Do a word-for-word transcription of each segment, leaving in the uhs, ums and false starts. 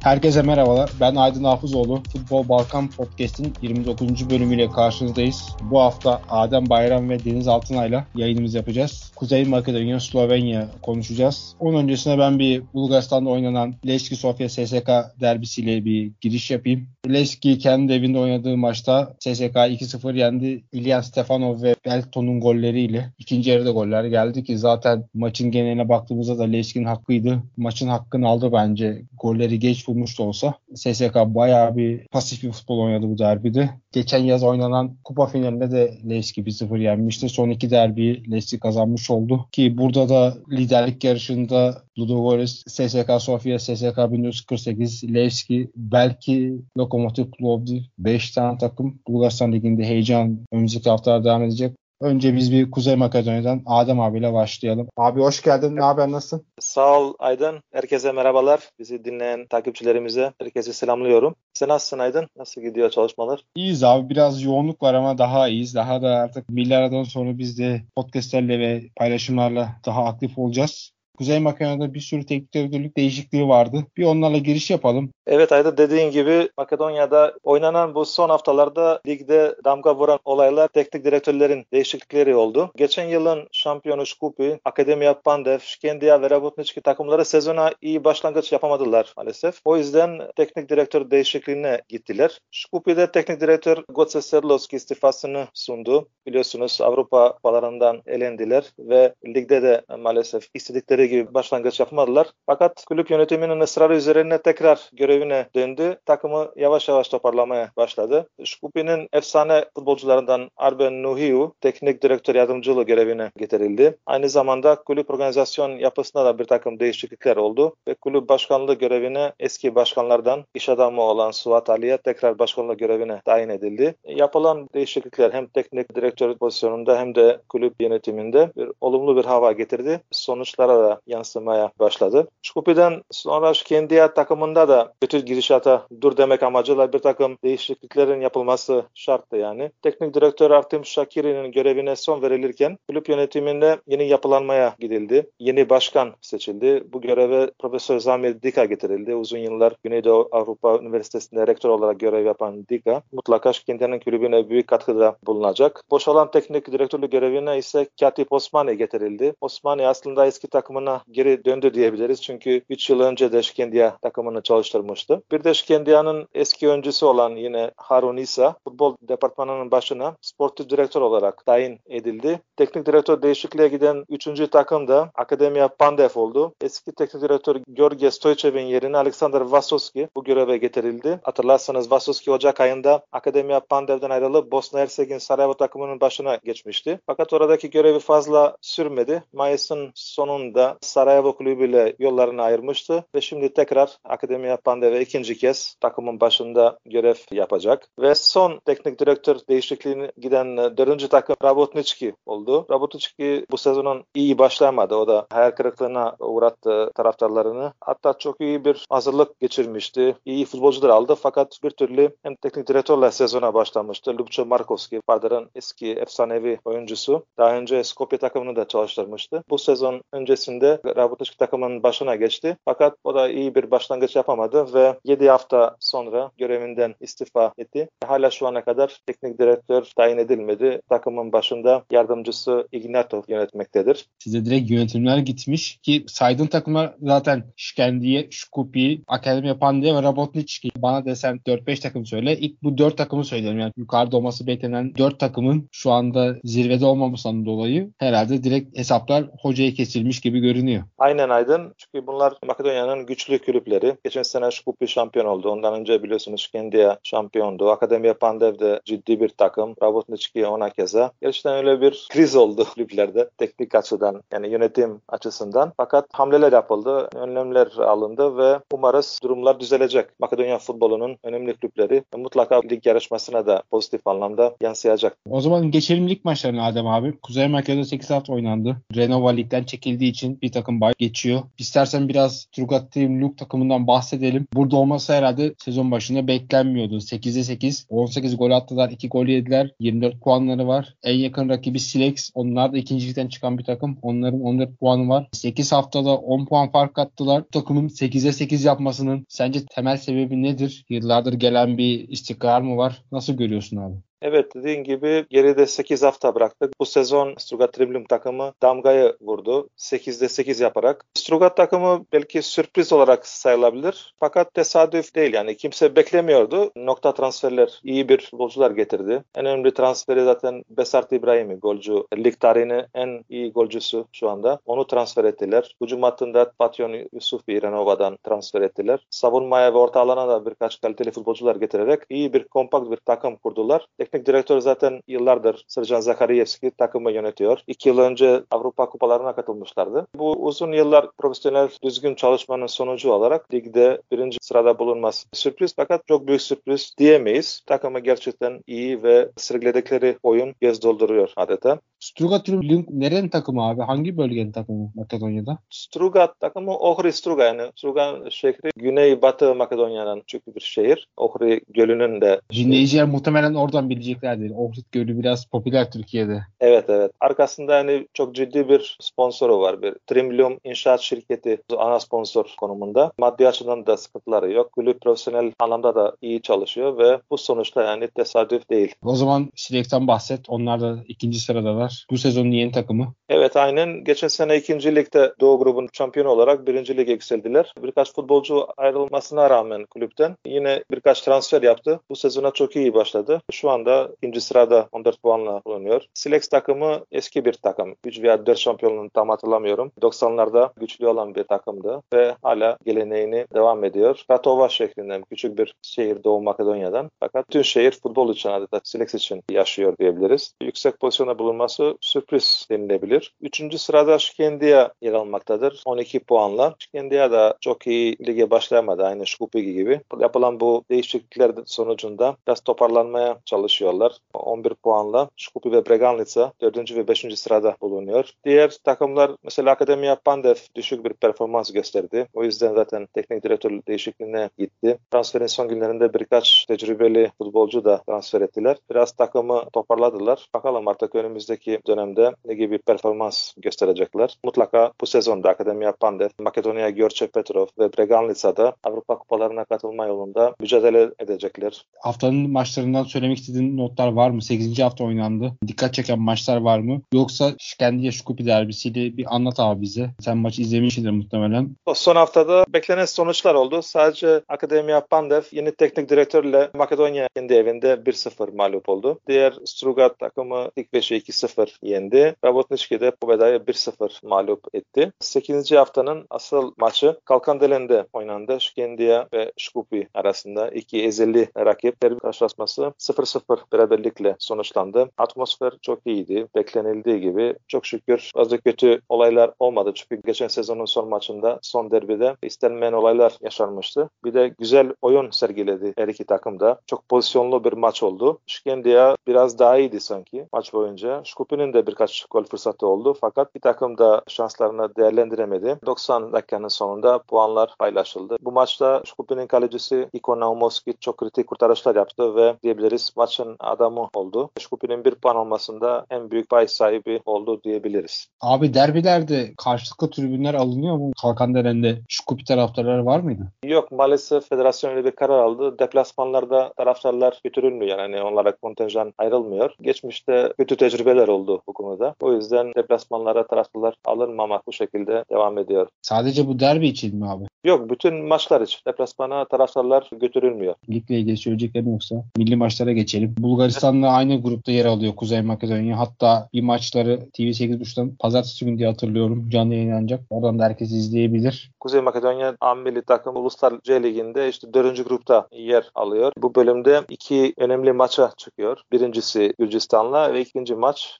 Herkese merhabalar. Ben Aydın Hafızoğlu. Futbol Balkan Podcast'in yirmi dokuzuncu bölümüyle karşınızdayız. Bu hafta Adem Bayram ve Deniz Altınay'la yayınımızı yapacağız. Kuzey Makedonya, Slovenya konuşacağız. Onun öncesine ben bir Bulgaristan'da oynanan Levski Sofia S S K derbisiyle bir giriş yapayım. Levski kendi evinde oynadığı maçta S S K iki sıfır yendi. İlyan Stefanov ve Belton'un golleriyle ikinci yarıda goller geldi ki zaten maçın geneline baktığımızda da Levski'nin hakkıydı. Maçın hakkını aldı bence. Golleri geç bulmuş da olsa. S S K bayağı bir pasif bir futbol oynadı bu derbide. Geçen yaz oynanan kupa finalinde de Levski bir sıfır yenmişti. Son iki derbiyi Levski kazanmış oldu. Ki burada da liderlik yarışında Ludogorets, S S K Sofia, S S K bin dokuz yüz kırk sekiz, Levski, belki Lokomotiv Plovdiv, beş tane takım Bulgaristan Ligi'nde heyecan önümüzdeki haftalar devam edecek. Önce biz bir Kuzey Makedonya'dan Adem abiyle başlayalım. Abi hoş geldin. Ne haber, nasılsın? Sağ ol Aydın. Herkese merhabalar. Bizi dinleyen takipçilerimize herkese selamlıyorum. Sen nasılsın Aydın? Nasıl gidiyor çalışmalar? İyiyiz abi. Biraz yoğunluk var ama daha iyiyiz. Daha da artık milli aradan sonra biz de podcastlerle ve paylaşımlarla daha aktif olacağız. Kuzey Makedonya'da bir sürü teknik direktörlük değişikliği vardı. Bir onlarla giriş yapalım. Evet Aydın, dediğin gibi Makedonya'da oynanan bu son haftalarda ligde damga vuran olaylar teknik direktörlerin değişiklikleri oldu. Geçen yılın şampiyonu Shkupi, Akademia Pandev, Shkendia ve Rabotnički takımları sezona iyi başlangıç yapamadılar maalesef. O yüzden teknik direktör değişikliğine gittiler. Shkupi'de teknik direktör Goce Sedlovski istifasını sundu. Biliyorsunuz Avrupa kupalarından elendiler ve ligde de maalesef istedikleri gibi başlangıç yapmadılar. Fakat kulüp yönetiminin ısrarı üzerine tekrar görevine döndü. Takımı yavaş yavaş toparlamaya başladı. Shkupi'nin efsane futbolcularından Arben Nuhiu teknik direktör yardımcılığı görevine getirildi. Aynı zamanda kulüp organizasyon yapısında da bir takım değişiklikler oldu ve kulüp başkanlığı görevine eski başkanlardan iş adamı olan Suat Aliye tekrar başkanlığı görevine tayin edildi. Yapılan değişiklikler hem teknik direktör pozisyonunda hem de kulüp yönetiminde bir olumlu bir hava getirdi. Sonuçlara da yansımaya başladı. Shkupi'den sonra Shkendia takımında da kötü girişata dur demek amacıyla bir takım değişikliklerin yapılması şarttı yani. Teknik direktör Artem Shakiri'nin görevine son verilirken kulüp yönetiminde yeni yapılanmaya gidildi. Yeni başkan seçildi. Bu göreve Profesör Zamir Dika getirildi. Uzun yıllar Güneydoğu Avrupa Üniversitesi'nde rektör olarak görev yapan Dika mutlaka Shkendia'nın kulübüne büyük katkıda bulunacak. Boşalan teknik direktörlük görevine ise Katip Osmani getirildi. Osmani aslında eski takımına geri döndü diyebiliriz. Çünkü üç yıl önce de Shkendia takımını çalıştırmıştı. Bir de Shkendia'nın eski öncüsü olan yine Harun İsa futbol departmanının başına sportif direktör olarak tayin edildi. Teknik direktör değişikliğe giden üçüncü takım da Akademia Pandev oldu. Eski teknik direktör George Stoichev'in yerine Alexander Vasovski bu göreve getirildi. Hatırlarsanız Vasovski Ocak ayında Akademia Pandev'den ayrılıp Bosna Hersek'in Sarajevo takımının başına geçmişti. Fakat oradaki görevi fazla sürmedi. Mayıs'ın sonunda Sarajevo kulübüyle yollarını ayırmıştı ve şimdi tekrar Akademia Pandev'e ikinci kez takımın başında görev yapacak. Ve son teknik direktör değişikliğine giden dördüncü takım Rabotnički oldu. Rabotnički bu sezonun iyi başlamadı. O da hayal kırıklığına uğrattı taraftarlarını. Hatta çok iyi bir hazırlık geçirmişti. İyi futbolcular aldı fakat bir türlü hem teknik direktörle sezona başlamıştı. Lubcho Markovski, Vardar'ın eski efsanevi oyuncusu. Daha önce Skopje takımını da çalıştırmıştı. Bu sezon öncesinde Rabotnički takımının başına geçti. Fakat o da iyi bir başlangıç yapamadı ve yedi hafta sonra görevinden istifa etti. Hala şu ana kadar teknik direktör tayin edilmedi. Takımın başında yardımcısı Ignatov yönetmektedir. Size direkt yönetimler gitmiş ki saydığın takımlar zaten Shkendia, Shkupi, Akademia Pandev ve Rabotnički. Bana desen dört beş takım söyle. İlk bu dört takımı söylerim. Yani yukarıda olması beklenen dört takımın şu anda zirvede olmamasından dolayı herhalde direkt hesaplar hocaya kesilmiş gibi görünüyor. Aynen Aydın. Çünkü bunlar Makedonya'nın güçlü kulüpleri. Geçen sene Shkupi şampiyon oldu. Ondan önce biliyorsunuz Shkendia şampiyondu. Akademia Pandev de ciddi bir takım. Rabotnički ona keza. Gerçekten öyle bir kriz oldu kulüplerde. Teknik açıdan yani yönetim açısından. Fakat hamleler yapıldı. Önlemler alındı ve umarız durumlar düzelecek. Makedonya futbolunun önemli kulüpleri mutlaka lig yarışmasına da pozitif anlamda yansıyacak. O zaman geçelim lig maçlarına Adem abi. Kuzey Makedonya sekiz hafta oynandı. Renova Lig'den çekildiği için bir takım bay geçiyor. İstersen biraz Stuttgart Team Luke takımından bahsedelim. Burada olması herhalde sezon başında beklenmiyordu. sekize sekiz. on sekiz gol attılar. iki gol yediler. yirmi dört puanları var. En yakın rakibi Silex. Onlar da ikincilikten çıkan bir takım. Onların on dört puanı var. sekiz haftada on puan fark attılar. Bu takımın sekize sekiz yapmasının sence temel sebebi nedir? Yıllardır gelen bir istikrar mı var? Nasıl görüyorsun abi? Evet, dediğin gibi geride sekiz hafta bıraktık. Bu sezon Stuttgart Triblim takımı damgayı vurdu. sekizde sekiz yaparak. Stuttgart takımı belki sürpriz olarak sayılabilir. Fakat tesadüf değil, yani kimse beklemiyordu. Nokta transferler iyi bir futbolcular getirdi. En önemli transferi zaten Besart İbrahimi, golcü. Lig tarihinin en iyi golcüsü şu anda. Onu transfer ettiler. Hücum hattında Patyon Yusufi Renova'dan transfer ettiler. Savunmaya ve orta alana da birkaç kaliteli futbolcular getirerek iyi bir kompakt bir takım kurdular. Teknik direktör zaten yıllardır Sırcan Zakariyevski takımı yönetiyor. İki yıl önce Avrupa kupalarına katılmışlardı. Bu uzun yıllar profesyonel düzgün çalışmanın sonucu olarak ligde birinci sırada bulunması sürpriz, fakat çok büyük sürpriz diyemeyiz. Takımı gerçekten iyi ve sergiledikleri oyun göz dolduruyor adeta. Stuttgart Link nerenin takımı abi? Hangi bölgenin takımı Makedonya'da? Stuttgart takımı Ohri Struga, yani Struga şehri Güneybatı Makedonya'nın küçük bir şehir. Ohri Gölü'nün de Dinleyiciler muhtemelen oradan bileceklerdir. Ohrid Gölü biraz popüler Türkiye'de. Evet evet. Arkasında yani çok ciddi bir sponsoru var. Bir Trimlium İnşaat Şirketi ana sponsor konumunda. Maddi açıdan da sıkıntıları yok. Kulüp profesyonel anlamda da iyi çalışıyor ve bu sonuçta yani tesadüf değil. O zaman Silek'ten bahset. Onlar da ikinci sıradalar. Bu sezonun yeni takımı. Evet, aynen. Geçen sene ikinci ligde Doğu grubun şampiyonu olarak birinci lige yükseldiler. Birkaç futbolcu ayrılmasına rağmen kulüpten yine birkaç transfer yaptı. Bu sezona çok iyi başladı. Şu anda ikinci sırada on dört puanla bulunuyor. Silex takımı eski bir takım. üç veya dört şampiyonluğunu tam hatırlamıyorum. doksanlarda güçlü olan bir takımdı ve hala geleneğini devam ediyor. Ratova şehrinden, küçük bir şehir Doğu Makedonya'dan. Fakat tüm şehir futbol için, adeta Silex için yaşıyor diyebiliriz. Yüksek pozisyonda bulunması sürpriz denilebilir. Üçüncü sırada Şkendiya yer almaktadır. on iki puanla. Şkendiya da çok iyi lige başlayamadı. Aynı Şkupigi gibi. Yapılan bu değişiklikler sonucunda biraz toparlanmaya çalışıyorlar. on bir puanla Şkupi ve Breganlica dördüncü ve beşinci sırada bulunuyor. Diğer takımlar mesela Akademiya Pandev düşük bir performans gösterdi. O yüzden zaten teknik direktör değişikliğine gitti. Transferin son günlerinde birkaç tecrübeli futbolcu da transfer ettiler. Biraz takımı toparladılar. Bakalım artık önümüzdeki dönemde ne gibi performans gösterecekler. Mutlaka bu sezonda Akademiya Pandev, Makedonya Görçe Petrov ve Breganlica'da Avrupa kupalarına katılma yolunda mücadele edecekler. Haftanın maçlarından söylemek istediğin notlar var mı? sekizinci hafta oynandı. Dikkat çeken maçlar var mı? Yoksa Şkendiya Şkupi derbisiyle bir anlat abi bize. Sen maçı izlemişsindir muhtemelen. O son haftada beklenen sonuçlar oldu. Sadece Akademiya Pandev yeni teknik direktörle Makedonya kendi evinde bir sıfır mağlup oldu. Diğer Strugat takımı Tikveş'i iki sıfır yendi. Rabotnički de Pobeda'yı bir sıfır mağlup etti. sekizinci haftanın asıl maçı Kalkandelen'de oynandı. Şkendiya ve Şkupi arasında iki ezeli rakip derbi karşılaşması sıfır sıfır beraberlikle sonuçlandı. Atmosfer çok iyiydi. Beklenildiği gibi çok şükür fazla kötü olaylar olmadı. Çünkü geçen sezonun son maçında, son derbide istenmeyen olaylar yaşanmıştı. Bir de güzel oyun sergiledi her iki takım da. Çok pozisyonlu bir maç oldu. Şkendiya biraz daha iyiydi sanki maç boyunca. Şkupi'nin de birkaç gol fırsatı oldu. Fakat bir takım da şanslarını değerlendiremedi. doksan dakikanın sonunda puanlar paylaşıldı. Bu maçta Şkupi'nin kalecisi Iko Naumovski çok kritik kurtarışlar yaptı ve diyebiliriz maçın adamı oldu. Şkupi'nin bir puan olmasında en büyük pay sahibi oldu diyebiliriz. Abi derbilerde karşılıklı tribünler alınıyor mu? Kalkandelen'de Şkupi taraftarları var mıydı? Yok, maalesef federasyon öyle bir karar aldı. Deplasmanlarda taraftarlar götürülmüyor. Yani onlara kontenjan ayrılmıyor. Geçmişte kötü tecrübeler oldu bu konuda. O yüzden deplasmanlara taraftarlar alınmamak bu şekilde devam ediyor. Sadece bu derbi için mi abi? Yok, bütün maçlar için deplasmana taraftarlar götürülmüyor. Ligle ilgili söyleyeceklerim yoksa milli maçlara geçelim. Bulgaristan'la aynı grupta yer alıyor Kuzey Makedonya. Hatta bir maçları T V sekiz buçuktan pazartesi günü diye hatırlıyorum. Canlı yayınlanacak. Oradan da herkes izleyebilir. Kuzey Makedonya A milli takım Uluslar C Ligi'nde işte dördüncü grupta yer alıyor. Bu bölümde iki önemli maça çıkıyor. Birincisi Gürcistan'la ve ikinci maç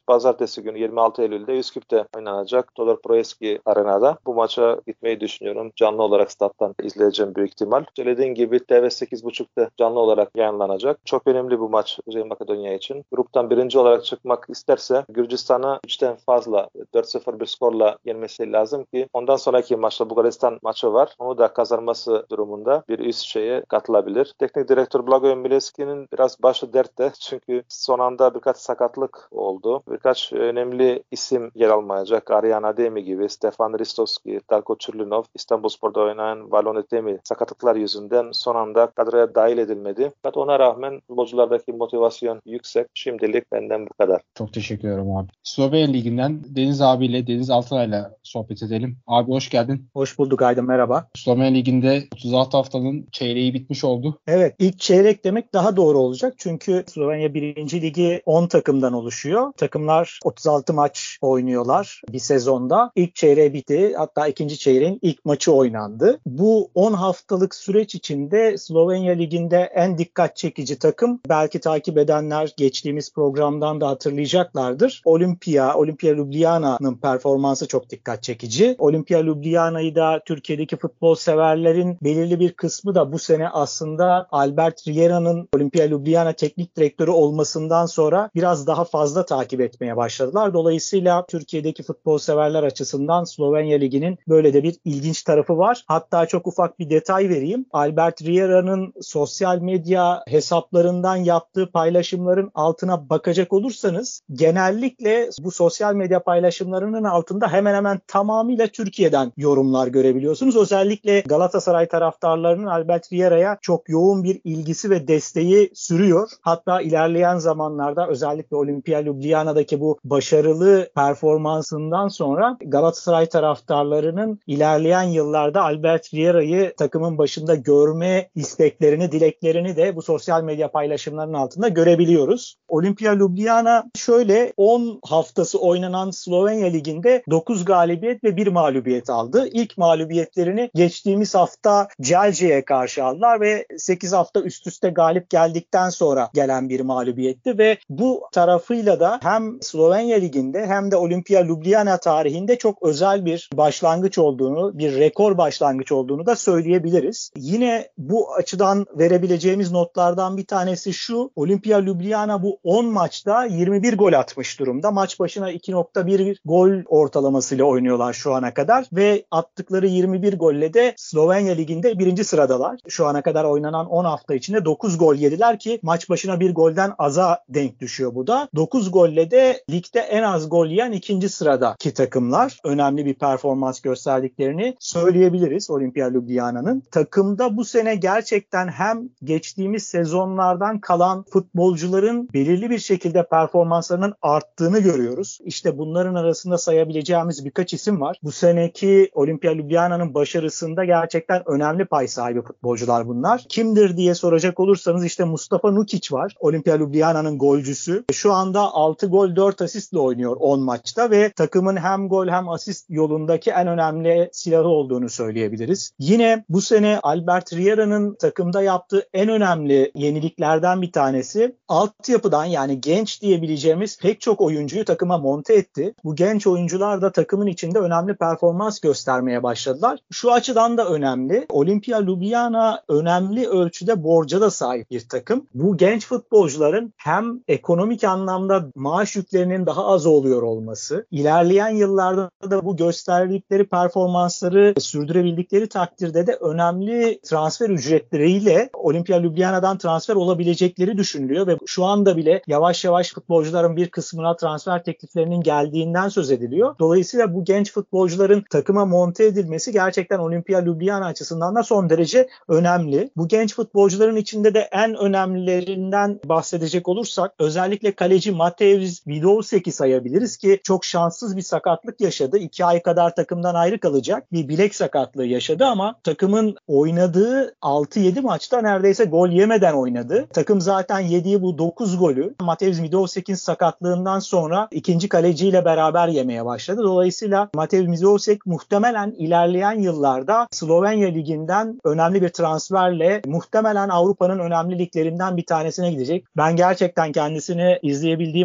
pazartesi günü yirmi altı Eylül'de Üsküp'te oynanacak Todor Proeski Arena'da. Bu maça gitmeyi düşünüyorum. Canlı olarak stat'tan izleyeceğim büyük ihtimal. Söylediğin gibi T V sekiz buçukta canlı olarak yayınlanacak. Çok önemli bu maç Kuzey Makedonya için. Gruptan birinci olarak çıkmak isterse Gürcistan'ı üçten fazla dört sıfır bir skorla yenmesi lazım ki ondan sonraki maçta Bulgaristan maçı var. Onu da kazanması durumunda bir üst şeye katılabilir. Teknik direktör Blagoje Mileski'nin biraz başı dertte çünkü son anda birkaç sakatlık oldu. Birkaç önemli isim yer almayacak. Aryan Ademi gibi, Stefan Ristovski, Darko Çurlinov, İstanbulspor'da oynayan Valon Etemi sakatlıklar yüzünden son anda kadroya dahil edilmedi. Fakat ona rağmen futbolculardaki motivasyon yüksek. Şimdilik benden bu kadar. Çok teşekkür ederim abi. Slovenya Ligi'nden Deniz abiyle, Deniz Altınay'la sohbet edelim. Abi hoş geldin. Hoş bulduk Aydın, merhaba. Slovenya Ligi'nde otuz altı haftanın çeyreği bitmiş oldu. Evet, ilk çeyrek demek daha doğru olacak. Çünkü Slovenya birinci Ligi on takımdan oluşuyor. Takımlar otuz altı maç oynuyorlar bir sezonda. İlk çeyreği bitti. Hatta ikinci çeyreğin ilk maçı oynandı. Bu on haftalık süreç içinde Slovenya Ligi'nde en dikkat çekici takım, belki takip edenler geçtiğimiz programdan da hatırlayacaklardır. Olimpia, Olimpia Ljubljana'nın performansı çok dikkat çekici. Olimpia Ljubljana'yı da Türkiye'deki futbol severlerin belirli bir kısmı da bu sene aslında Albert Riera'nın Olimpia Ljubljana teknik direktörü olmasından sonra biraz daha fazla takip etmeye başladılar. Dolayısıyla Türkiye'deki futbol severler açısından Slovenya Ligi'nin böyle de bir ilginç tarafı var. Hatta çok ufak bir detay vereyim. Albert Riera'nın sosyal medya hesaplarından yaptığı paylaşımların altına bakacak olursanız genellikle bu sosyal medya paylaşımlarının altında hemen hemen tamamıyla Türkiye'den yorumlar görebiliyorsunuz. Özellikle Galatasaray taraftarlarının Albert Riera'ya çok yoğun bir ilgisi ve desteği sürüyor. Hatta ilerleyen zamanlarda özellikle Olimpia Ljubljana'daki bu başarılı performansından sonra Galatasaray taraftarlarının ilerleyen yıllarda Albert Riera'yı takımın başında görme isteklerini, dileklerini de bu sosyal medya paylaşımlarının altında görebiliyoruz. Olimpia Ljubljana şöyle on haftası oynanan Slovenya Ligi'nde dokuz galibiyet ve bir mağlubiyet aldı. İlk mağlubiyetlerini geçtiğimiz hafta Celje'ye karşı aldılar ve sekiz hafta üst üste galip geldikten sonra gelen bir mağlubiyetti ve bu tarafıyla da hem Slovenya Ligi'nde hem de Olimpia Ljubljana tarihinde çok özel bir başlangıç olduğunu, bir rekor başlangıç olduğunu da söyleyebiliriz. Yine bu açıdan verebileceğimiz notlardan bir tanesi şu: Olimpia Ljubljana bu on maçta yirmi bir gol atmış durumda. Maç başına iki nokta bir gol ortalamasıyla oynuyorlar şu ana kadar ve attıkları yirmi bir golle de Slovenya Ligi'nde birinci sıradalar. Şu ana kadar oynanan on hafta içinde dokuz gol yediler ki maç başına bir golden aza denk düşüyor bu da. dokuz golle de ligde en az gol yiyen ikinci sıradaki takımlar. Önemli bir performans gösterdiklerini söyleyebiliriz Olimpia Ljubljana'nın. Takımda bu sene gerçekten hem geçtiğimiz sezonlardan kalan futbolcuların belirli bir şekilde performanslarının arttığını görüyoruz. İşte bunların arasında sayabileceğimiz birkaç isim var. Bu seneki Olimpia Ljubljana'nın başarısında gerçekten önemli pay sahibi futbolcular bunlar. Kimdir diye soracak olursanız işte Mustafa Nukic var. Olimpia Ljubljana'nın golcüsü. Şu anda altı gol dört asistle oynuyor on maçta ve takımın hem gol hem asist yolundaki en önemli silahı olduğunu söyleyebiliriz. Yine bu sene Albert Riera'nın takımda yaptığı en önemli yeniliklerden bir tanesi, altyapıdan, yani genç diyebileceğimiz pek çok oyuncuyu takıma monte etti. Bu genç oyuncular da takımın içinde önemli performans göstermeye başladılar. Şu açıdan da önemli. Olimpia Ljubljana önemli ölçüde borca da sahip bir takım. Bu genç futbolcuların hem ekonomik anlamda maaş yüklerinin daha az oluyor olması, ilerleyen yıllarda da bu gösterdikleri performansları sürdürebildikleri takdirde de önemli transfer ücretleriyle Olimpia Ljubljana'dan transfer olabilecekleri düşünülüyor ve şu anda bile yavaş yavaş futbolcuların bir kısmına transfer tekliflerinin geldiğinden söz ediliyor. Dolayısıyla bu genç futbolcuların takıma monte edilmesi gerçekten Olimpia Ljubljana açısından da son derece önemli. Bu genç futbolcuların içinde de en önemlilerinden bahsedecek olursak özellikle kaleci Mateusz Vidovsek'i sayabiliriz ki çok şanssız bir sakatlık yaşadı. İki ay kadar takımdan ayrı kalacak. Bir bilek sakatlığı yaşadı ama takımın oynadığı altı yedi maçta neredeyse gol yemeden oynadı. Takım zaten yediği bu dokuz golü Mateusz Vidovsek'in sakatlığından sonra ikinci kaleciyle beraber yemeye başladı. Dolayısıyla Mateusz Vidovsek muhtemelen ilerleyen yıllarda Slovenya Ligi'nden önemli bir transferle muhtemelen Avrupa'nın önemli liglerinden bir tanesine gidecek. Ben gerçekten kendisini izleyebildiğim maçlarda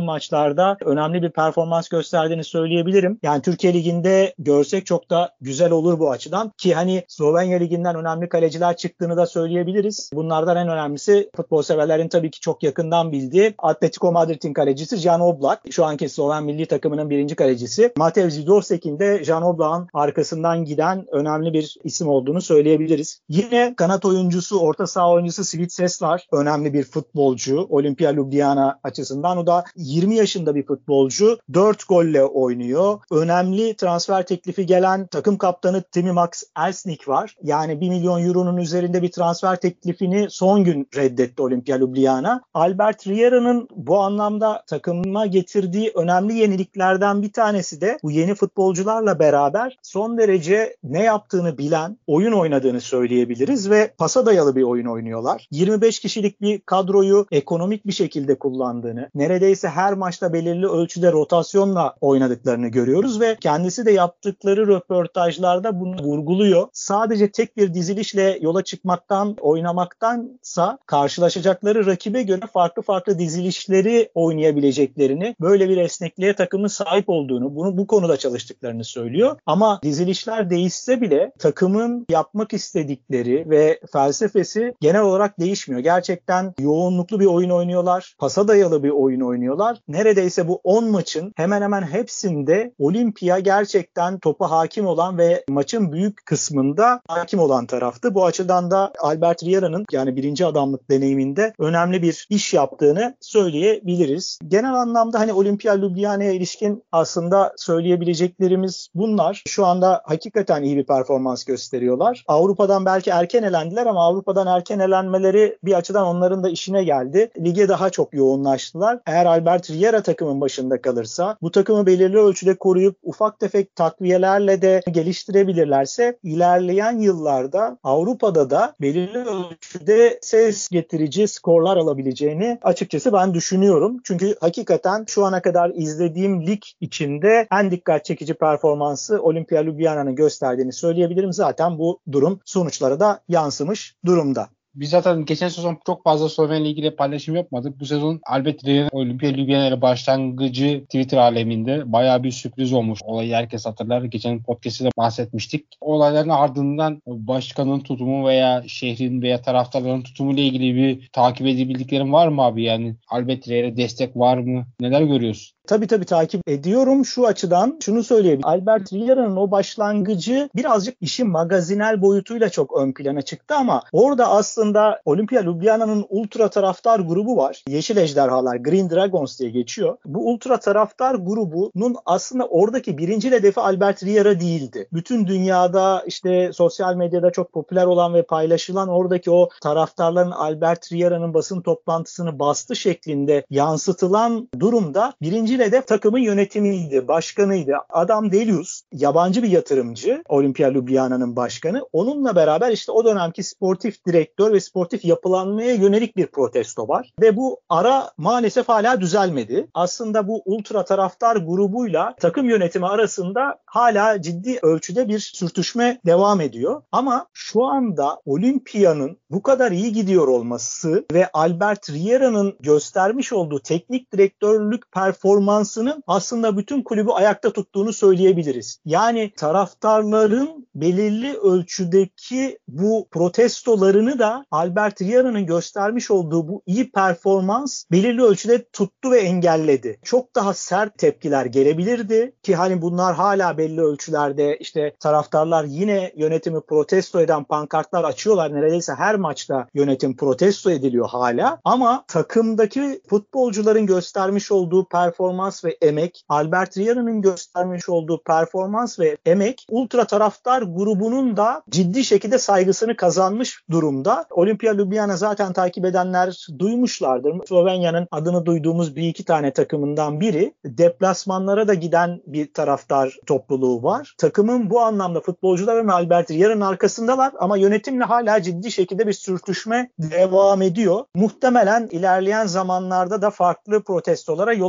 maçlarda önemli bir performans gösterdiğini söyleyebilirim. Yani Türkiye Ligi'nde görsek çok da güzel olur bu açıdan ki hani Slovenya Ligi'nden önemli kaleciler çıktığını da söyleyebiliriz. Bunlardan en önemlisi futbol severlerin tabii ki çok yakından bildiği Atletico Madrid'in kalecisi Jan Oblak. Şu anki Sloven milli takımının birinci kalecisi. Matej Zidorsek'in de Jan Oblak'ın arkasından giden önemli bir isim olduğunu söyleyebiliriz. Yine kanat oyuncusu, orta saha oyuncusu Svitses var. Önemli bir futbolcu. Olimpia Ljubljana açısından. O da yirmi yaşında bir futbolcu. dört golle oynuyor. Önemli transfer teklifi gelen takım kaptanı Timi Max Elsnik var. Yani bir milyon euronun üzerinde bir transfer teklifini son gün reddetti Olimpia Ljubljana. Albert Riera'nın bu anlamda takımına getirdiği önemli yeniliklerden bir tanesi de bu yeni futbolcularla beraber son derece ne yaptığını bilen oyun oynadığını söyleyebiliriz ve pasa dayalı bir oyun oynuyorlar. yirmi beş kişilik bir kadroyu ekonomik bir şekilde kullandığını, neredeyse her maçta belirli ölçüde rotasyonla oynadıklarını görüyoruz ve kendisi de yaptıkları röportajlarda bunu vurguluyor. Sadece tek bir dizilişle yola çıkmaktan, oynamaktansa karşılaşacakları rakibe göre farklı farklı dizilişleri oynayabileceklerini, böyle bir esnekliğe takımın sahip olduğunu, bunu bu konuda çalıştıklarını söylüyor. Ama dizilişler değişse bile takımın yapmak istedikleri ve felsefesi genel olarak değişmiyor. Gerçekten yoğunluklu bir oyun oynuyorlar. Pasa dayalı bir oyun oynuyorlar. Neredeyse bu on maçın hemen hemen hepsinde Olimpia gerçekten topa hakim olan ve maçın büyük kısmında hakim olan taraftı. Bu açıdan da Albert Riera'nın yani birinci adamlık deneyiminde önemli bir iş yaptığını söyleyebiliriz. Genel anlamda hani Olimpia Ljubljana'ya ilişkin aslında söyleyebileceklerimiz bunlar. Şu anda hakikaten iyi bir performans gösteriyorlar. Avrupa'dan belki erken elendiler ama Avrupa'dan erken elenmeleri bir açıdan onların da işine geldi. Lige daha çok yoğunlaştılar. Eğer Albert Riera takımın başında kalırsa, bu takımı belirli ölçüde koruyup ufak tefek takviyelerle de geliştirebilirlerse ilerleyen yıllarda Avrupa'da da belirli ölçüde ses getirici skorlar alabileceğini açıkçası ben düşünüyorum. Çünkü hakikaten şu ana kadar izlediğim lig içinde en dikkat çekici performansı Olimpia Ljubljana'nın gösterdiğini söyleyebilirim. Zaten bu durum sonuçlara da yansımış durumda. Biz zaten geçen sezon çok fazla Slovenya ile ilgili paylaşım yapmadık. Bu sezon Albert Riera'nın Olimpia Ljubljana ile başlangıcı Twitter aleminde bayağı bir sürpriz olmuş. Olayı herkes hatırlar. Geçen podcast'te de bahsetmiştik. Olayların ardından başkanın tutumu veya şehrin veya taraftarların tutumu ile ilgili bir takip edebildiklerin var mı abi? Yani Albert Riera destek var mı? Neler görüyorsun? Tabii tabii takip ediyorum. Şu açıdan şunu söyleyeyim. Albert Riera'nın o başlangıcı birazcık işin magazinel boyutuyla çok ön plana çıktı ama orada aslında Olimpia Ljubljana'nın ultra taraftar grubu var. Yeşil Ejderhalar, Green Dragons diye geçiyor. Bu ultra taraftar grubunun aslında oradaki birinci hedefi Albert Riera değildi. Bütün dünyada işte sosyal medyada çok popüler olan ve paylaşılan oradaki o taraftarların Albert Riera'nın basın toplantısını bastı şeklinde yansıtılan durumda birinci hedef takımın yönetimiydi, başkanıydı. Adam Delius, yabancı bir yatırımcı, Olimpia Ljubljana'nın başkanı. Onunla beraber işte o dönemki sportif direktör ve sportif yapılanmaya yönelik bir protesto var. Ve bu ara maalesef hala düzelmedi. Aslında bu ultra taraftar grubuyla takım yönetimi arasında hala ciddi ölçüde bir sürtüşme devam ediyor. Ama şu anda Olimpia'nın bu kadar iyi gidiyor olması ve Albert Riera'nın göstermiş olduğu teknik direktörlük performansının aslında bütün kulübü ayakta tuttuğunu söyleyebiliriz. Yani taraftarların belirli ölçüdeki bu protestolarını da Albert Riera'nın göstermiş olduğu bu iyi performans belirli ölçüde tuttu ve engelledi. Çok daha sert tepkiler gelebilirdi ki hani bunlar hala belli ölçülerde işte taraftarlar yine yönetimi protesto eden pankartlar açıyorlar. Neredeyse her maçta yönetim protesto ediliyor hala. Ama takımdaki futbolcuların göstermiş olduğu performans ve emek, Albert Riera'nın göstermiş olduğu performans ve emek ultra taraftar grubunun da ciddi şekilde saygısını kazanmış durumda. Olimpia Ljubljana zaten takip edenler duymuşlardır. Slovenya'nın adını duyduğumuz bir iki tane takımından biri. Deplasmanlara da giden bir taraftar topluluğu var. Takımın bu anlamda futbolcular ve Albert Riera'nın arkasındalar ama yönetimle hala ciddi şekilde bir sürtüşme devam ediyor. Muhtemelen ilerleyen zamanlarda da farklı protestolara yol açacak.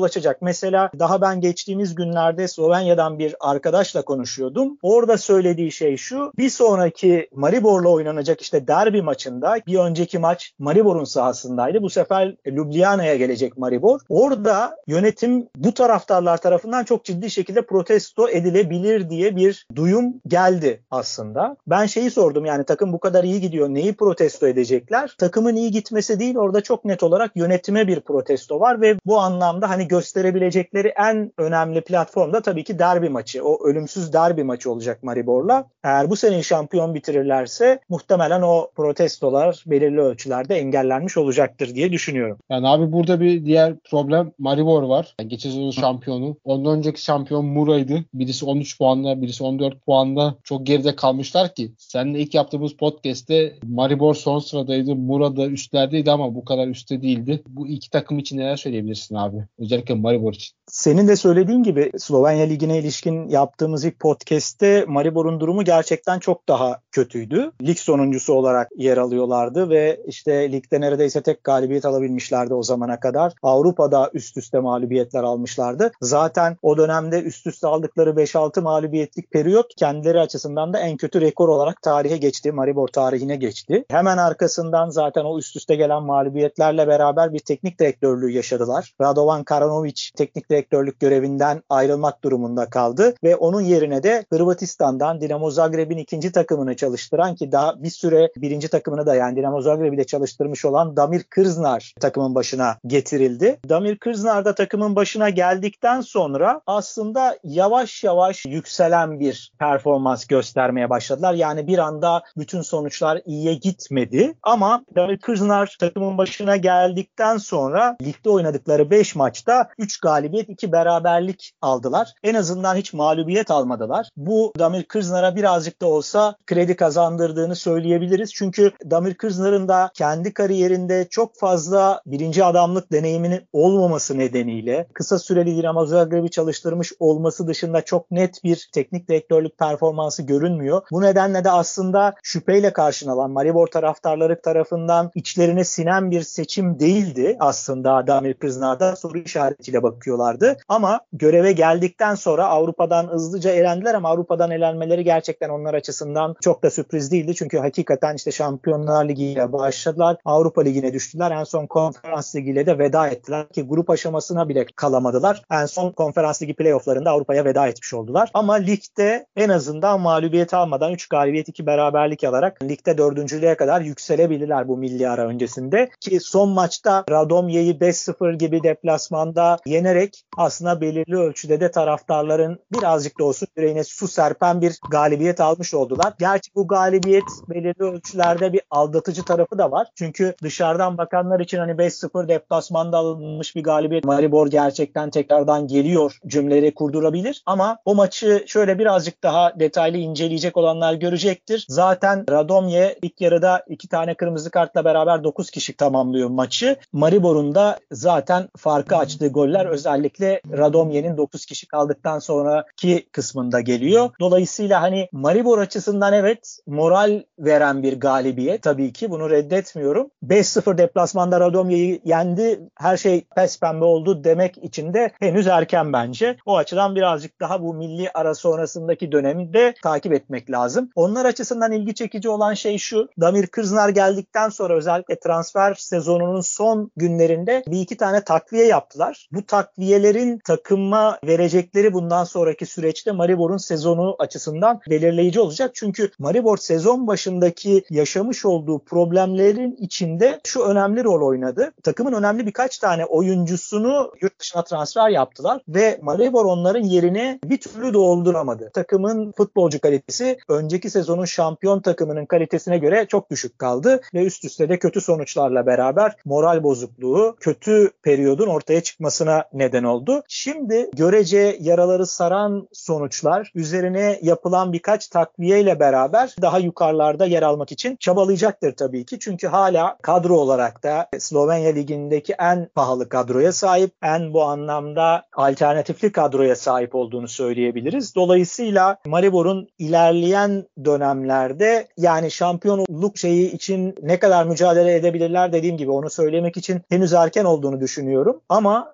mesela daha ben geçtiğimiz günlerde Slovenya'dan bir arkadaşla konuşuyordum. Orada söylediği şey şu: bir sonraki Maribor'la oynanacak işte derbi maçında, bir önceki maç Maribor'un sahasındaydı. Bu sefer Ljubljana'ya gelecek Maribor. Orada yönetim bu taraftarlar tarafından çok ciddi şekilde protesto edilebilir diye bir duyum geldi aslında. Ben şeyi sordum, yani takım bu kadar iyi gidiyor, neyi protesto edecekler? Takımın iyi gitmesi değil, orada çok net olarak yönetime bir protesto var ve bu anlamda hani gösterebilecekleri en önemli platform da tabii ki derbi maçı. O ölümsüz derbi maçı olacak Maribor'la. Eğer bu seneyi şampiyon bitirirlerse muhtemelen o protestolar belirli ölçülerde engellenmiş olacaktır diye düşünüyorum. Yani abi burada bir diğer problem Maribor var. Yani geçen sezonun şampiyonu. Ondan önceki şampiyon Mura'ydı. Birisi on üç puanda, birisi on dört puanda. Çok geride kalmışlar ki. Seninle ilk yaptığımız podcast'te Maribor son sıradaydı. Mura da üstlerdeydi ama bu kadar üstte değildi. Bu iki takım için neler söyleyebilirsin abi? Özellikle Maribor için. Senin de söylediğin gibi Slovenya Ligi'ne ilişkin yaptığımız ilk podcast'te Maribor'un durumu gerçekten çok daha kötüydü. Lig sonuncusu olarak yer alıyorlardı ve işte ligde neredeyse tek galibiyet alabilmişlerdi o zamana kadar. Avrupa'da üst üste mağlubiyetler almışlardı. Zaten o dönemde üst üste aldıkları beş altı mağlubiyetlik periyot kendileri açısından da en kötü rekor olarak tarihe geçti. Maribor tarihine geçti. Hemen arkasından zaten o üst üste gelen mağlubiyetlerle beraber bir teknik direktörlüğü yaşadılar. Radovan Karanovic teknik direktörlük görevinden ayrılmak durumunda kaldı ve onun yerine de Hırvatistan'dan Dinamo Zagreb'in ikinci takımını çalıştıran, ki daha bir süre birinci takımını da yani Dinamo Zagreb'i de çalıştırmış olan Damir Krznar takımın başına getirildi. Damir Krznar da takımın başına geldikten sonra aslında yavaş yavaş yükselen bir performans göstermeye başladılar. Yani bir anda bütün sonuçlar iyiye gitmedi ama Damir Krznar takımın başına geldikten sonra ligde oynadıkları beş maçta üç galibiyet, iki beraberlik aldılar. En azından hiç mağlubiyet almadılar. Bu Damir Krznar'a birazcık da olsa kredi kazandırdığını söyleyebiliriz. Çünkü Damir Krznar'ın da kendi kariyerinde çok fazla birinci adamlık deneyiminin olmaması nedeniyle kısa süreli Dinamo Zagreb'i çalıştırmış olması dışında çok net bir teknik direktörlük performansı görünmüyor. Bu nedenle de aslında şüpheyle karşılanan Maribor taraftarları tarafından içlerine sinen bir seçim değildi aslında Damir Krznar'da, soru işaretiyle bakıyorlardı. Ama göreve geldikten sonra Avrupa'dan hızlıca elendiler ama Avrupa'dan elenmeleri gerçekten onlar açısından çok da sürpriz değildi. Çünkü hakikaten işte Şampiyonlar Ligi ile başladılar. Avrupa Ligi'ne düştüler. En son Konferans Ligi ile de veda ettiler ki grup aşamasına bile kalamadılar. En son Konferans Ligi playofflarında Avrupa'ya veda etmiş oldular. Ama ligde en azından mağlubiyet almadan üç galibiyet iki beraberlik alarak ligde dördüncülüğe kadar yükselebilirler bu milli ara öncesinde. Ki son maçta Radomya'yı beş sıfır gibi deplasmanda yenerek aslında belirli ölçüde de taraftarların birazcık da olsun yüreğine su serpen bir galibiyet almış oldular. Gerçi bu galibiyet belirli ölçülerde bir aldatıcı tarafı da var. Çünkü dışarıdan bakanlar için hani beş sıfır deplasmanda alınmış bir galibiyet, Maribor gerçekten tekrardan geliyor cümleleri kurdurabilir. Ama o maçı şöyle birazcık daha detaylı inceleyecek olanlar görecektir. Zaten Radomye ilk yarıda iki tane kırmızı kartla beraber dokuz kişi tamamlıyor maçı. Maribor'un da zaten farkı açtığı goller özellikle Radomye'nin dokuz kişi kaldıktan sonraki kısmında geliyor. Dolayısıyla hani Maribor açısından evet moral veren bir galibiyet, tabii ki bunu reddetmiyorum. beş sıfır deplasmanda Radomye'yi yendi, her şey pespembe oldu demek için de henüz erken bence. O açıdan birazcık daha bu milli ara sonrasındaki dönemi de takip etmek lazım. Onlar açısından ilgi çekici olan şey şu: Damir Krznar geldikten sonra özellikle transfer sezonunun son günlerinde bir iki tane takviye yaptılar. Bu takviyelerin takıma verecekleri bundan sonraki süreçte Maribor'un sezonu açısından belirleyici olacak. Çünkü Maribor sezon başındaki yaşamış olduğu problemlerin içinde şu önemli rol oynadı. Takımın önemli birkaç tane oyuncusunu yurt dışına transfer yaptılar ve Maribor onların yerine bir türlü dolduramadı. Takımın futbolcu kalitesi önceki sezonun şampiyon takımının kalitesine göre çok düşük kaldı ve üst üste de kötü sonuçlarla beraber moral bozukluğu, kötü periyodun ortaya çıkmasına neden oldu. Şimdi görece yaraları saran sonuçlar üzerine yapılan birkaç takviyeyle beraber daha yukarılarda yer almak için çabalayacaktır tabii ki. Çünkü hala kadro olarak da Slovenya Ligi'ndeki en pahalı kadroya sahip, en bu anlamda alternatifli kadroya sahip olduğunu söyleyebiliriz. Dolayısıyla Maribor'un ilerleyen dönemlerde yani şampiyonluk şeyi için ne kadar mücadele edebilirler, dediğim gibi onu söylemek için henüz erken olduğunu düşünüyorum. Ama muhtemelen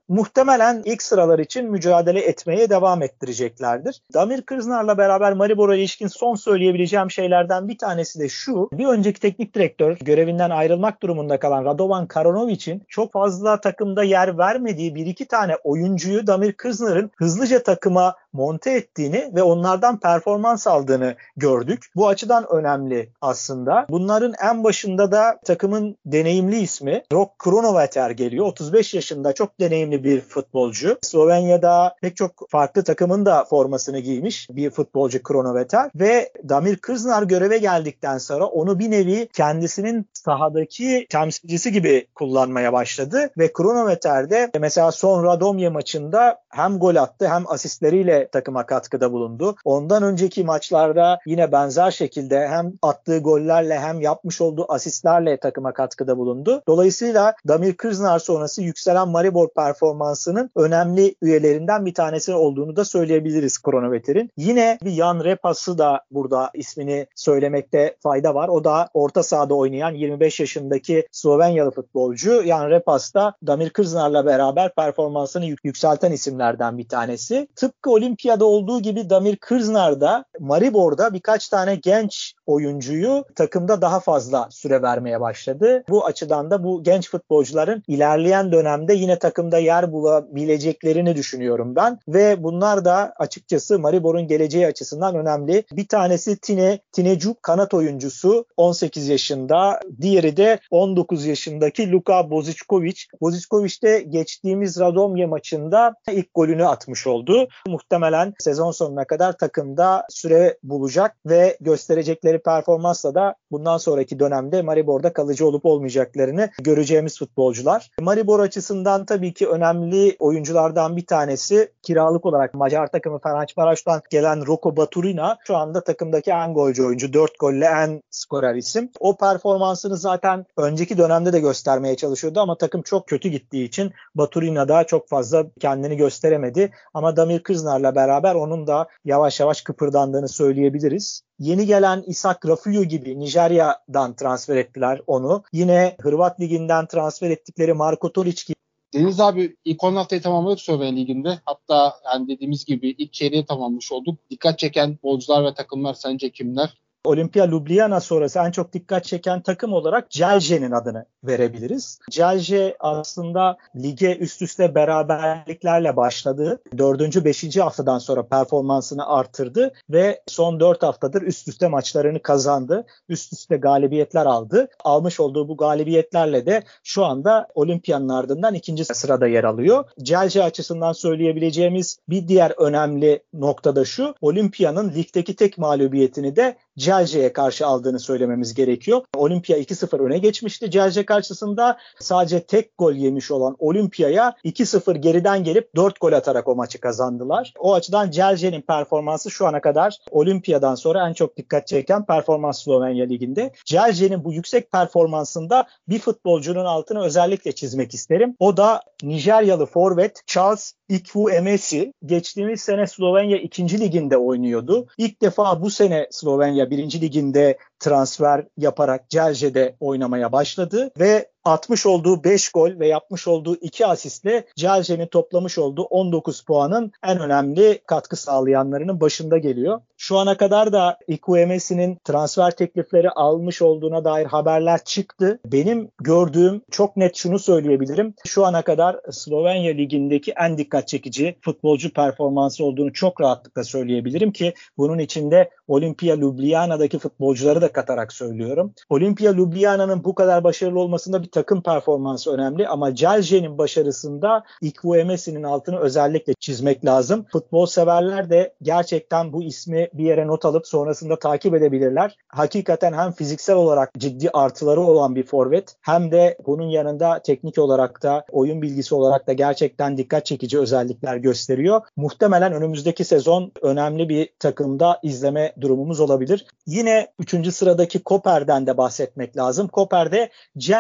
muhtemelen ilk sıralar için mücadele etmeye devam ettireceklerdir. Damir Kırznar'la beraber Maribor'a ilişkin son söyleyebileceğim şeylerden bir tanesi de şu. Bir önceki teknik direktör görevinden ayrılmak durumunda kalan Radovan Karanovic'in çok fazla takımda yer vermediği bir iki tane oyuncuyu Damir Kırznar'ın hızlıca takıma monte ettiğini ve onlardan performans aldığını gördük. Bu açıdan önemli aslında. Bunların en başında da takımın deneyimli ismi Rok Kronoveter geliyor. otuz beş yaşında çok deneyimli bir futbolcu. Slovenya'da pek çok farklı takımın da formasını giymiş bir futbolcu Kronoveter ve Damir Krznar göreve geldikten sonra onu bir nevi kendisinin sahadaki temsilcisi gibi kullanmaya başladı ve Kronoveter de mesela son Radomya maçında hem gol attı hem asistleriyle takıma katkıda bulundu. Ondan önceki maçlarda yine benzer şekilde hem attığı gollerle hem yapmış olduğu asistlerle takıma katkıda bulundu. Dolayısıyla Damir Krznar sonrası yükselen Maribor performansının önemli üyelerinden bir tanesi olduğunu da söyleyebiliriz Kronoveter'in. Yine bir Jan Repas'ı da burada ismini söylemekte fayda var. O da orta sahada oynayan yirmi beş yaşındaki Slovenyalı futbolcu. Jan Repas da Damir Krznar'la beraber performansını yükselten isimlerden bir tanesi. Tıpkı Olimpiyada olduğu gibi Damir Krznar da Maribor'da birkaç tane genç oyuncuyu takımda daha fazla süre vermeye başladı. Bu açıdan da bu genç futbolcuların ilerleyen dönemde yine takımda yer bulabileceklerini düşünüyorum ben. Ve bunlar da açıkçası Maribor'un geleceği açısından önemli. Bir tanesi Tine, Tinecuk kanat oyuncusu on sekiz yaşında. Diğeri de on dokuz yaşındaki Luka Bozičković. Bozičković de geçtiğimiz Radomya maçında ilk golünü atmış oldu. Muhtemelen sezon sonuna kadar takımda süre bulacak ve gösterecekleri performansla da bundan sonraki dönemde Maribor'da kalıcı olup olmayacaklarını göreceğimiz futbolcular. Maribor açısından tabii ki önemli oyunculardan bir tanesi kiralık olarak Macar takımı Ferencváros'tan gelen Roko Baturina şu anda takımdaki en golcü oyuncu. dört golle en skorer isim. O performansını zaten önceki dönemde de göstermeye çalışıyordu ama takım çok kötü gittiği için Baturina da çok fazla kendini gösteremedi. Ama Damir Krznar'la beraber onun da yavaş yavaş kıpırdandığını söyleyebiliriz. Yeni gelen Isak Rafiu gibi Nijerya'dan transfer ettiler onu. Yine Hırvat Ligi'nden transfer ettikleri Marko Tolić gibi. Deniz abi ilk on haftayı tamamladık Slovenya Ligi'nde. Hatta yani dediğimiz gibi ilk çeyreği tamamlamış olduk. Dikkat çeken futbolcular ve takımlar sence kimler? Olimpia Ljubljana sonrası en çok dikkat çeken takım olarak Celje'nin adını verebiliriz. Celje aslında lige üst üste beraberliklerle başladı. dördüncü beşinci haftadan sonra performansını artırdı ve son dört haftadır üst üste maçlarını kazandı. Üst üste galibiyetler aldı. Almış olduğu bu galibiyetlerle de şu anda Olimpia'nın ardından ikinci sırada yer alıyor. Celje açısından söyleyebileceğimiz bir diğer önemli nokta da şu. Olimpia'nın ligdeki tek mağlubiyetini de Celje'ye karşı aldığını söylememiz gerekiyor. Olimpia iki sıfır öne geçmişti. Celje karşısında sadece tek gol yemiş olan Olimpia'ya iki sıfır geriden gelip dört gol atarak o maçı kazandılar. O açıdan Celje'nin performansı şu ana kadar Olimpia'dan sonra en çok dikkat çeken performans Slovenya Ligi'nde. Celje'nin bu yüksek performansında bir futbolcunun altını özellikle çizmek isterim. O da Nijeryalı forvet Charles Ekwuemesi. Geçtiğimiz sene Slovenya ikinci liginde oynuyordu. İlk defa bu sene Slovenya birinci liginde transfer yaparak Celje'de oynamaya başladı ve atmış olduğu beş gol ve yapmış olduğu iki asistle Celje'nin toplamış olduğu on dokuz puanın en önemli katkı sağlayanlarının başında geliyor. Şu ana kadar da Ekwuemesi'nin transfer teklifleri almış olduğuna dair haberler çıktı. Benim gördüğüm çok net şunu söyleyebilirim. Şu ana kadar Slovenya Ligi'ndeki en dikkat çekici futbolcu performansı olduğunu çok rahatlıkla söyleyebilirim ki bunun içinde Olimpia Ljubljana'daki futbolcuları da katarak söylüyorum. Olimpia Ljubljana'nın bu kadar başarılı olmasında bir takım performansı önemli ama Celje'nin başarısında Ekwuemesi'nin altını özellikle çizmek lazım. Futbol severler de gerçekten bu ismi bir yere not alıp sonrasında takip edebilirler. Hakikaten hem fiziksel olarak ciddi artıları olan bir forvet hem de bunun yanında teknik olarak da oyun bilgisi olarak da gerçekten dikkat çekici özellikler gösteriyor. Muhtemelen önümüzdeki sezon önemli bir takımda izleme durumumuz olabilir. Yine üçüncü sıradaki Koper'den de bahsetmek lazım. Koper'de Celje'nin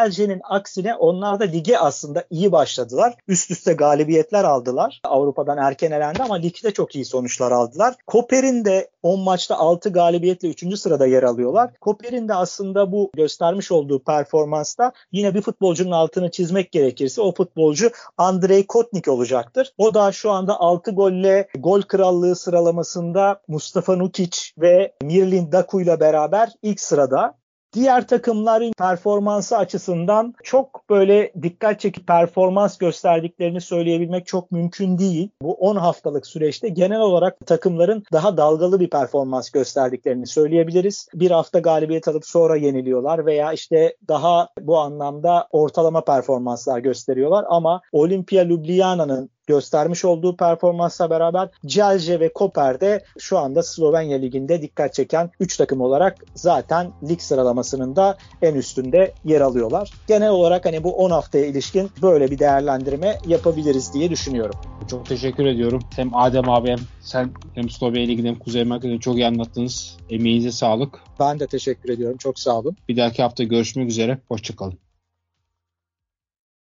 aksine onlar da lige aslında iyi başladılar. Üst üste galibiyetler aldılar. Avrupa'dan erken elendi ama ligde çok iyi sonuçlar aldılar. Koper'in de on maçta altı galibiyetle üçüncü sırada yer alıyorlar. Koper'in de aslında bu göstermiş olduğu performansta yine bir futbolcunun altını çizmek gerekirse o futbolcu Andrej Kotnik olacaktır. O da şu anda altı golle gol krallığı sıralamasında Mustafa Nukic ve Mirlin Daku ile beraber ilk sırada. Diğer takımların performansı açısından çok böyle dikkat çekip performans gösterdiklerini söyleyebilmek çok mümkün değil. Bu on haftalık süreçte genel olarak takımların daha dalgalı bir performans gösterdiklerini söyleyebiliriz. Bir hafta galibiyet alıp sonra yeniliyorlar veya işte daha bu anlamda ortalama performanslar gösteriyorlar ama Olimpia Ljubljana'nın göstermiş olduğu performansla beraber Celje ve Koper'de şu anda Slovenya Ligi'nde dikkat çeken üç takım olarak zaten lig sıralamasının da en üstünde yer alıyorlar. Genel olarak hani bu on haftaya ilişkin böyle bir değerlendirme yapabiliriz diye düşünüyorum. Çok teşekkür ediyorum. Hem Adem abi hem sen hem Slovenya Ligi'nin hem Kuzey Makedonya çok iyi anlattınız. Emeğinize sağlık. Ben de teşekkür ediyorum. Çok sağ olun. Bir dahaki hafta görüşmek üzere. Hoşçakalın.